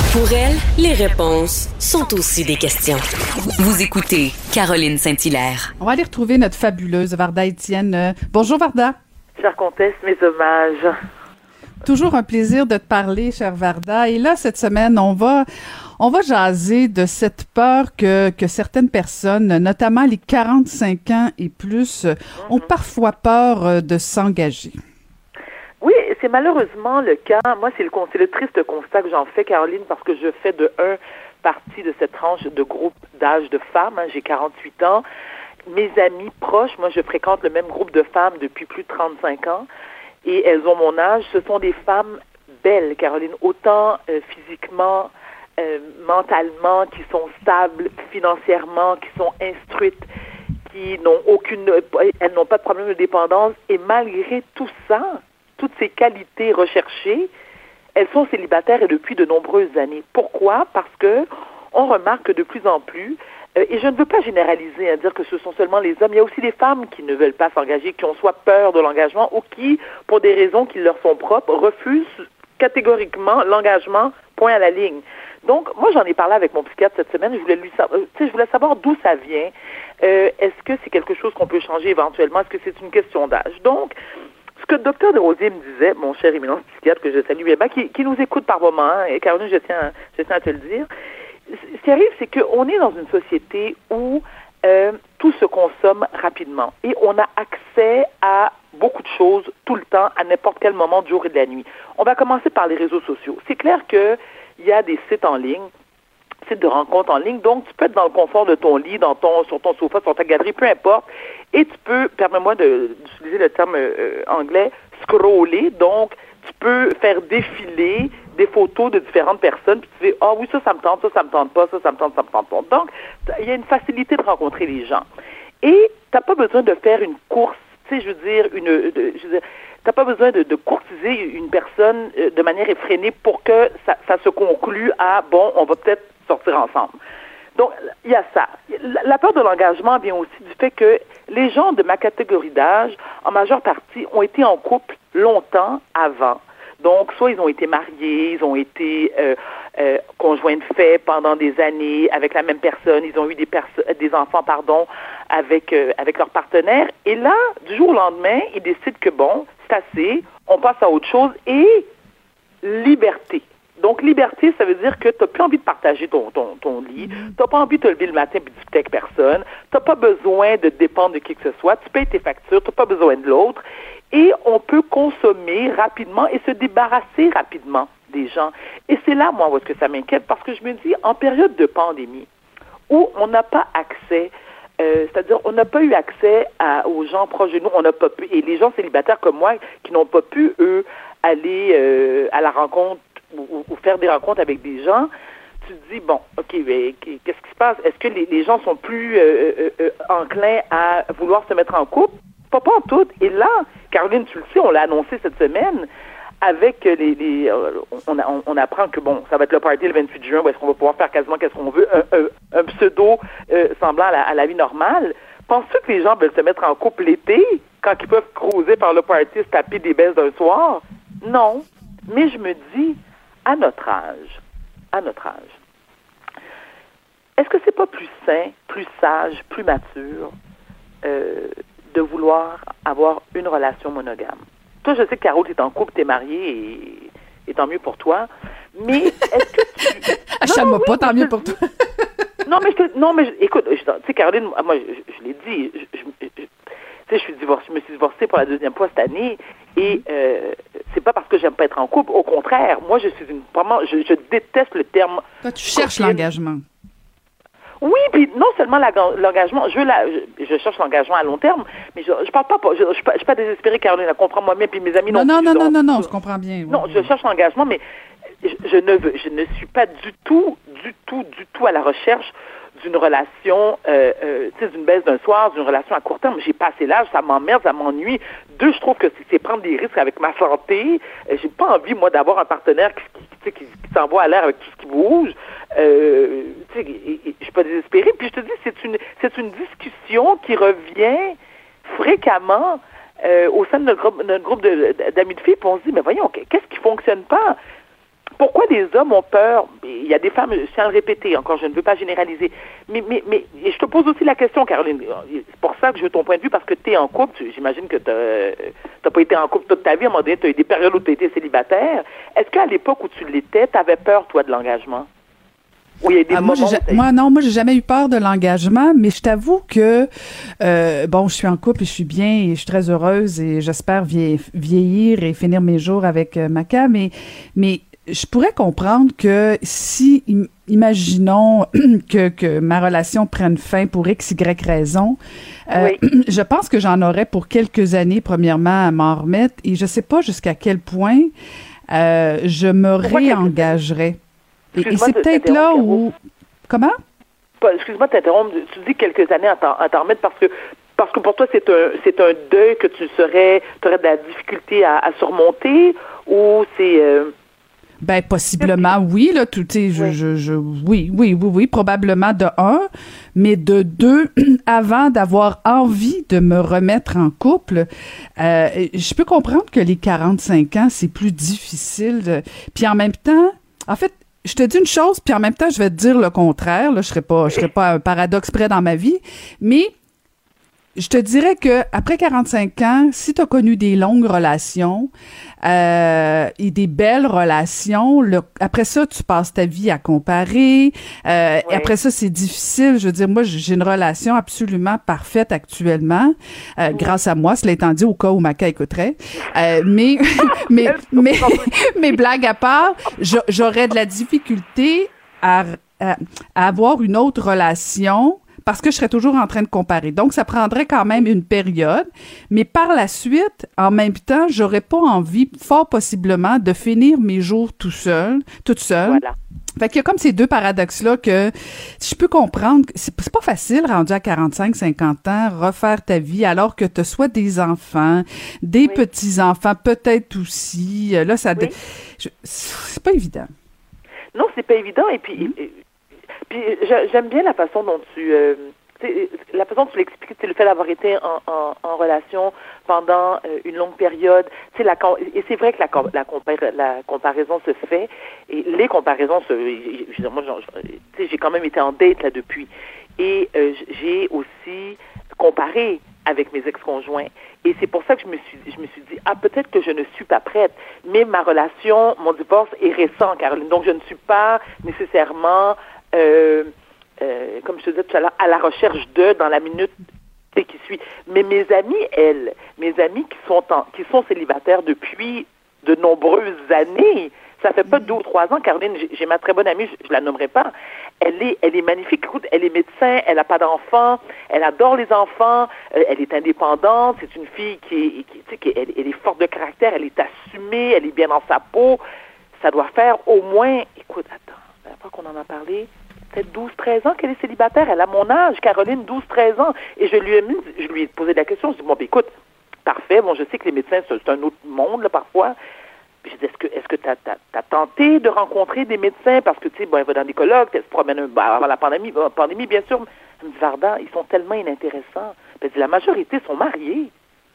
Pour elle, les réponses sont aussi des questions. Vous écoutez Caroline Saint-Hilaire. On va aller retrouver notre fabuleuse Varda Étienne. Bonjour Varda. Chère comtesse, mes hommages. Toujours un plaisir de te parler, chère Varda. Et là, cette semaine, on va jaser de cette peur que certaines personnes, notamment les 45 ans et plus, ont parfois peur de s'engager. Oui, c'est malheureusement le cas. Moi, c'est le triste constat que j'en fais, Caroline, parce que je fais partie de cette tranche de groupe d'âge de femmes. J'ai 48 ans. Mes amies proches, moi, je fréquente le même groupe de femmes depuis plus de 35 ans. Et elles ont mon âge. Ce sont des femmes belles, Caroline, autant physiquement, mentalement, qui sont stables financièrement, qui sont instruites, qui n'ont elles n'ont pas de problème de dépendance. Et malgré tout ça, toutes ces qualités recherchées, elles sont célibataires et depuis de nombreuses années. Pourquoi? Parce que on remarque que de plus en plus, et je ne veux pas généraliser, dire que ce sont seulement les hommes, il y a aussi les femmes qui ne veulent pas s'engager, qui ont soit peur de l'engagement ou qui, pour des raisons qui leur sont propres, refusent catégoriquement l'engagement, point à la ligne. Donc, moi, j'en ai parlé avec mon psychiatre cette semaine, je voulais savoir d'où ça vient. Est-ce que c'est quelque chose qu'on peut changer éventuellement? Est-ce que c'est une question d'âge? Donc, ce que le docteur Desrosiers me disait, mon cher éminent psychiatre que je salue bien, qui nous écoute par moment, et Caroline, je tiens à te le dire, ce qui arrive, c'est qu'on est dans une société où tout se consomme rapidement et on a accès à beaucoup de choses tout le temps, à n'importe quel moment du jour et de la nuit. On va commencer par les réseaux sociaux. C'est clair qu'il y a des sites en ligne, sites de rencontres en ligne, donc tu peux être dans le confort de ton lit, sur ton sofa, sur ta galerie, peu importe, et tu peux, permets-moi d'utiliser le terme anglais, scroller, donc tu peux faire défiler des photos de différentes personnes, puis tu dis, oui, ça me tente, ça me tente pas, ça me tente pas. Donc, il y a une facilité de rencontrer les gens. Et t'as pas besoin de faire une course, tu sais, t'as pas besoin de courtiser une personne de manière effrénée pour que ça se conclue à, on va peut-être sortir ensemble. Donc, il y a ça. La peur de l'engagement vient aussi du fait que les gens de ma catégorie d'âge, en majeure partie, ont été en couple longtemps avant. Donc, soit ils ont été mariés, ils ont été conjoints de fait pendant des années avec la même personne, ils ont eu des enfants, avec leur partenaire. Et là, du jour au lendemain, ils décident que c'est assez, on passe à autre chose et liberté. Donc, liberté, ça veut dire que tu n'as plus envie de partager ton lit, tu n'as pas envie de te lever le matin et de discuter avec personne, tu n'as pas besoin de dépendre de qui que ce soit, tu payes tes factures, tu n'as pas besoin de l'autre, et on peut consommer rapidement et se débarrasser rapidement des gens. Et c'est là, moi, où est-ce que ça m'inquiète, parce que je me dis, en période de pandémie, où on n'a pas accès, c'est-à-dire on n'a pas eu accès aux gens proches de nous, on n'a pas pu, et les gens célibataires comme moi, qui n'ont pas pu, eux, aller à la rencontre ou faire des rencontres avec des gens, tu te dis, OK, mais qu'est-ce qui se passe? Est-ce que les gens sont plus enclins à vouloir se mettre en couple? Pas en tout. Et là, Caroline, tu le sais, on l'a annoncé cette semaine, avec on apprend que, ça va être le party le 28 juin, où est-ce qu'on va pouvoir faire quasiment qu'est-ce qu'on veut, un pseudo semblant à la vie normale. Penses-tu que les gens veulent se mettre en couple l'été, quand ils peuvent cruiser par le party, se taper des baisses d'un soir? Non. Mais je me dis, à notre âge, est-ce que c'est pas plus sain, plus sage, plus mature de vouloir avoir une relation monogame? Toi, je sais que Caro, t'es en couple, t'es mariée et tant mieux pour toi. Mais est-ce que tu... Achète-moi pas, tant mieux pour toi. Écoute, tu sais, Caroline, moi, je l'ai dit, je me suis divorcée pour la deuxième fois cette année et c'est pas parce que j'aime pas être en couple. Au contraire, moi, je déteste le terme. Toi, tu cherches l'engagement. Oui, puis non seulement l'engagement, je cherche l'engagement à long terme, mais je parle pas, je suis pas désespérée, Caroline, comprends-moi bien, puis mes amis non plus. Non, je comprends bien. Oui, non, je cherche l'engagement, mais je ne suis pas du tout à la recherche d'une relation, d'une baisse d'un soir, d'une relation à court terme. J'ai passé l'âge, ça m'emmerde, ça m'ennuie. Deux, je trouve que c'est prendre des risques avec ma santé. J'ai pas envie, moi, d'avoir un partenaire qui s'envoie à l'air avec tout ce qui bouge. Je suis pas désespérée. Puis je te dis, c'est une discussion qui revient fréquemment au sein de notre groupe d'amis de filles. Puis on se dit, mais voyons, qu'est-ce qui fonctionne pas? Pourquoi les hommes ont peur? Il y a des femmes, je tiens à le répéter, encore, je ne veux pas généraliser, mais et je te pose aussi la question, Caroline, c'est pour ça que je veux ton point de vue, parce que tu es en couple, j'imagine que t'as pas été en couple toute ta vie, à un moment donné, tu as eu des périodes où tu étais célibataire. Est-ce qu'à l'époque où tu l'étais, tu avais peur, toi, de l'engagement? Oui, il y a des moments moi, j'ai jamais eu peur de l'engagement, mais je t'avoue que, je suis en couple et je suis bien et je suis très heureuse et j'espère vieillir et finir mes jours avec Maca, mais je pourrais comprendre que si, imaginons que ma relation prenne fin pour X, Y raison, je pense que j'en aurais pour quelques années, premièrement, à m'en remettre et je sais pas jusqu'à quel point je me réengagerais. Et c'est peut-être là où... Comment? Excuse-moi de t'interrompre. Tu dis quelques années à t'en remettre parce que pour toi, c'est un deuil que tu aurais de la difficulté à surmonter ou c'est... Ben, possiblement, oui, là, oui, probablement de un, mais de deux, avant d'avoir envie de me remettre en couple, je peux comprendre que les 45 ans, c'est plus difficile. Puis en même temps, en fait, je te dis une chose, puis en même temps, je vais te dire le contraire. Là, je serais pas un paradoxe près dans ma vie, mais je te dirais que après 45 ans, si tu as connu des longues relations et des belles relations, après ça, tu passes ta vie à comparer. Après ça, c'est difficile. Je veux dire, moi, j'ai une relation absolument parfaite actuellement, grâce à moi, cela étant dit, au cas où Maca écouterait. Mais blague à part, j'aurais de la difficulté à avoir une autre relation parce que je serais toujours en train de comparer. Donc, ça prendrait quand même une période. Mais par la suite, en même temps, j'aurais pas envie, fort possiblement, de finir mes jours toute seule. Voilà. Fait qu'il y a comme ces deux paradoxes-là que je peux comprendre. C'est pas facile, rendu à 45, 50 ans, refaire ta vie alors que tu as soit des enfants, des petits-enfants, peut-être aussi. Là, c'est pas évident. Non, c'est pas évident. Et puis... Puis j'aime bien la façon dont tu l'expliques, c'est le fait d'avoir été en relation pendant une longue période. Et c'est vrai que la comparaison se fait et les comparaisons j'ai quand même été en date là depuis et j'ai aussi comparé avec mes ex-conjoints. Et c'est pour ça que je me suis dit, peut-être que je ne suis pas prête. Mais ma relation, mon divorce est récent, Caroline. Donc, je ne suis pas nécessairement, comme je te disais tout à l'heure, à la recherche dans la minute qui suit. Mais mes amis qui sont célibataires depuis de nombreuses années, ça fait pas 2 ou 3 ans, Caroline, j'ai ma très bonne amie, je la nommerai pas, elle est magnifique, écoute, elle est médecin, elle a pas d'enfants, elle adore les enfants, elle est indépendante, c'est une fille qui elle est forte de caractère, elle est assumée, elle est bien dans sa peau, ça doit faire au moins, écoute, attends, la fois qu'on en a parlé, peut-être 12-13 ans qu'elle est célibataire, elle a mon âge, Caroline, 12-13 ans, et je lui ai posé la question, je dis, écoute, parfait, je sais que les médecins, c'est un autre monde, là, parfois. Puis je dis, est-ce que t'as tenté de rencontrer des médecins? Parce que, elle va dans des colloques, elle se promène avant la pandémie, bien sûr. Elle me dit, Varda, ils sont tellement inintéressants. Puis elle dit, la majorité sont mariés.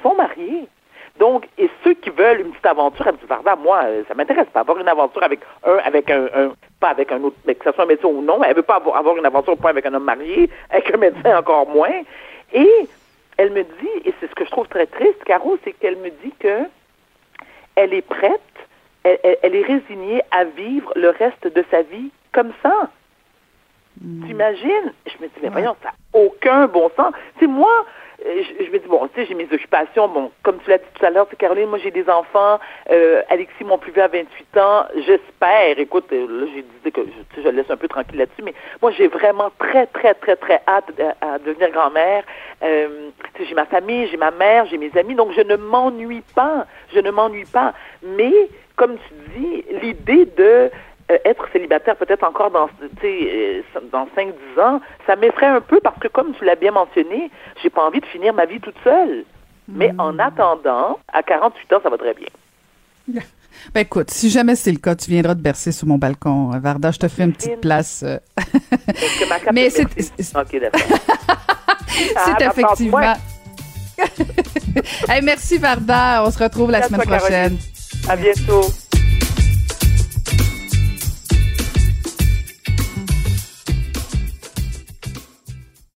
Donc, et ceux qui veulent une petite aventure, elle me dit, Varda, moi, ça m'intéresse pas avoir une aventure avec un pas avec un autre, mais que ce soit un médecin ou non. Elle veut pas avoir une aventure pas avec un homme marié, avec un médecin encore moins. Et elle me dit, et c'est ce que je trouve très triste, Caro, c'est qu'elle me dit que elle est prête, elle est résignée à vivre le reste de sa vie comme ça. T'imagines? Je me dis, mais voyons, ça n'a aucun bon sens. Moi, je me dis, j'ai mes occupations, comme tu l'as dit tout à l'heure, Caroline, moi j'ai des enfants, Alexis, mon plus vieux, a 28 ans, j'espère, écoute, là j'ai dit que je le laisse un peu tranquille là-dessus, mais moi j'ai vraiment très, très, très, très hâte à devenir grand-mère. J'ai ma famille, j'ai ma mère, j'ai mes amis, donc je ne m'ennuie pas, mais comme tu dis, l'idée de être célibataire peut-être encore dans 5-10 ans, ça m'effraie un peu parce que, comme tu l'as bien mentionné, j'ai pas envie de finir ma vie toute seule. Mais en attendant, à 48 ans, ça va très bien. Ben écoute, si jamais c'est le cas, tu viendras te bercer sur mon balcon, Varda, je te fais une petite place. Mais c'est... OK, d'accord. C'est effectivement... Hey, merci Varda, on se retrouve la semaine prochaine. À bientôt.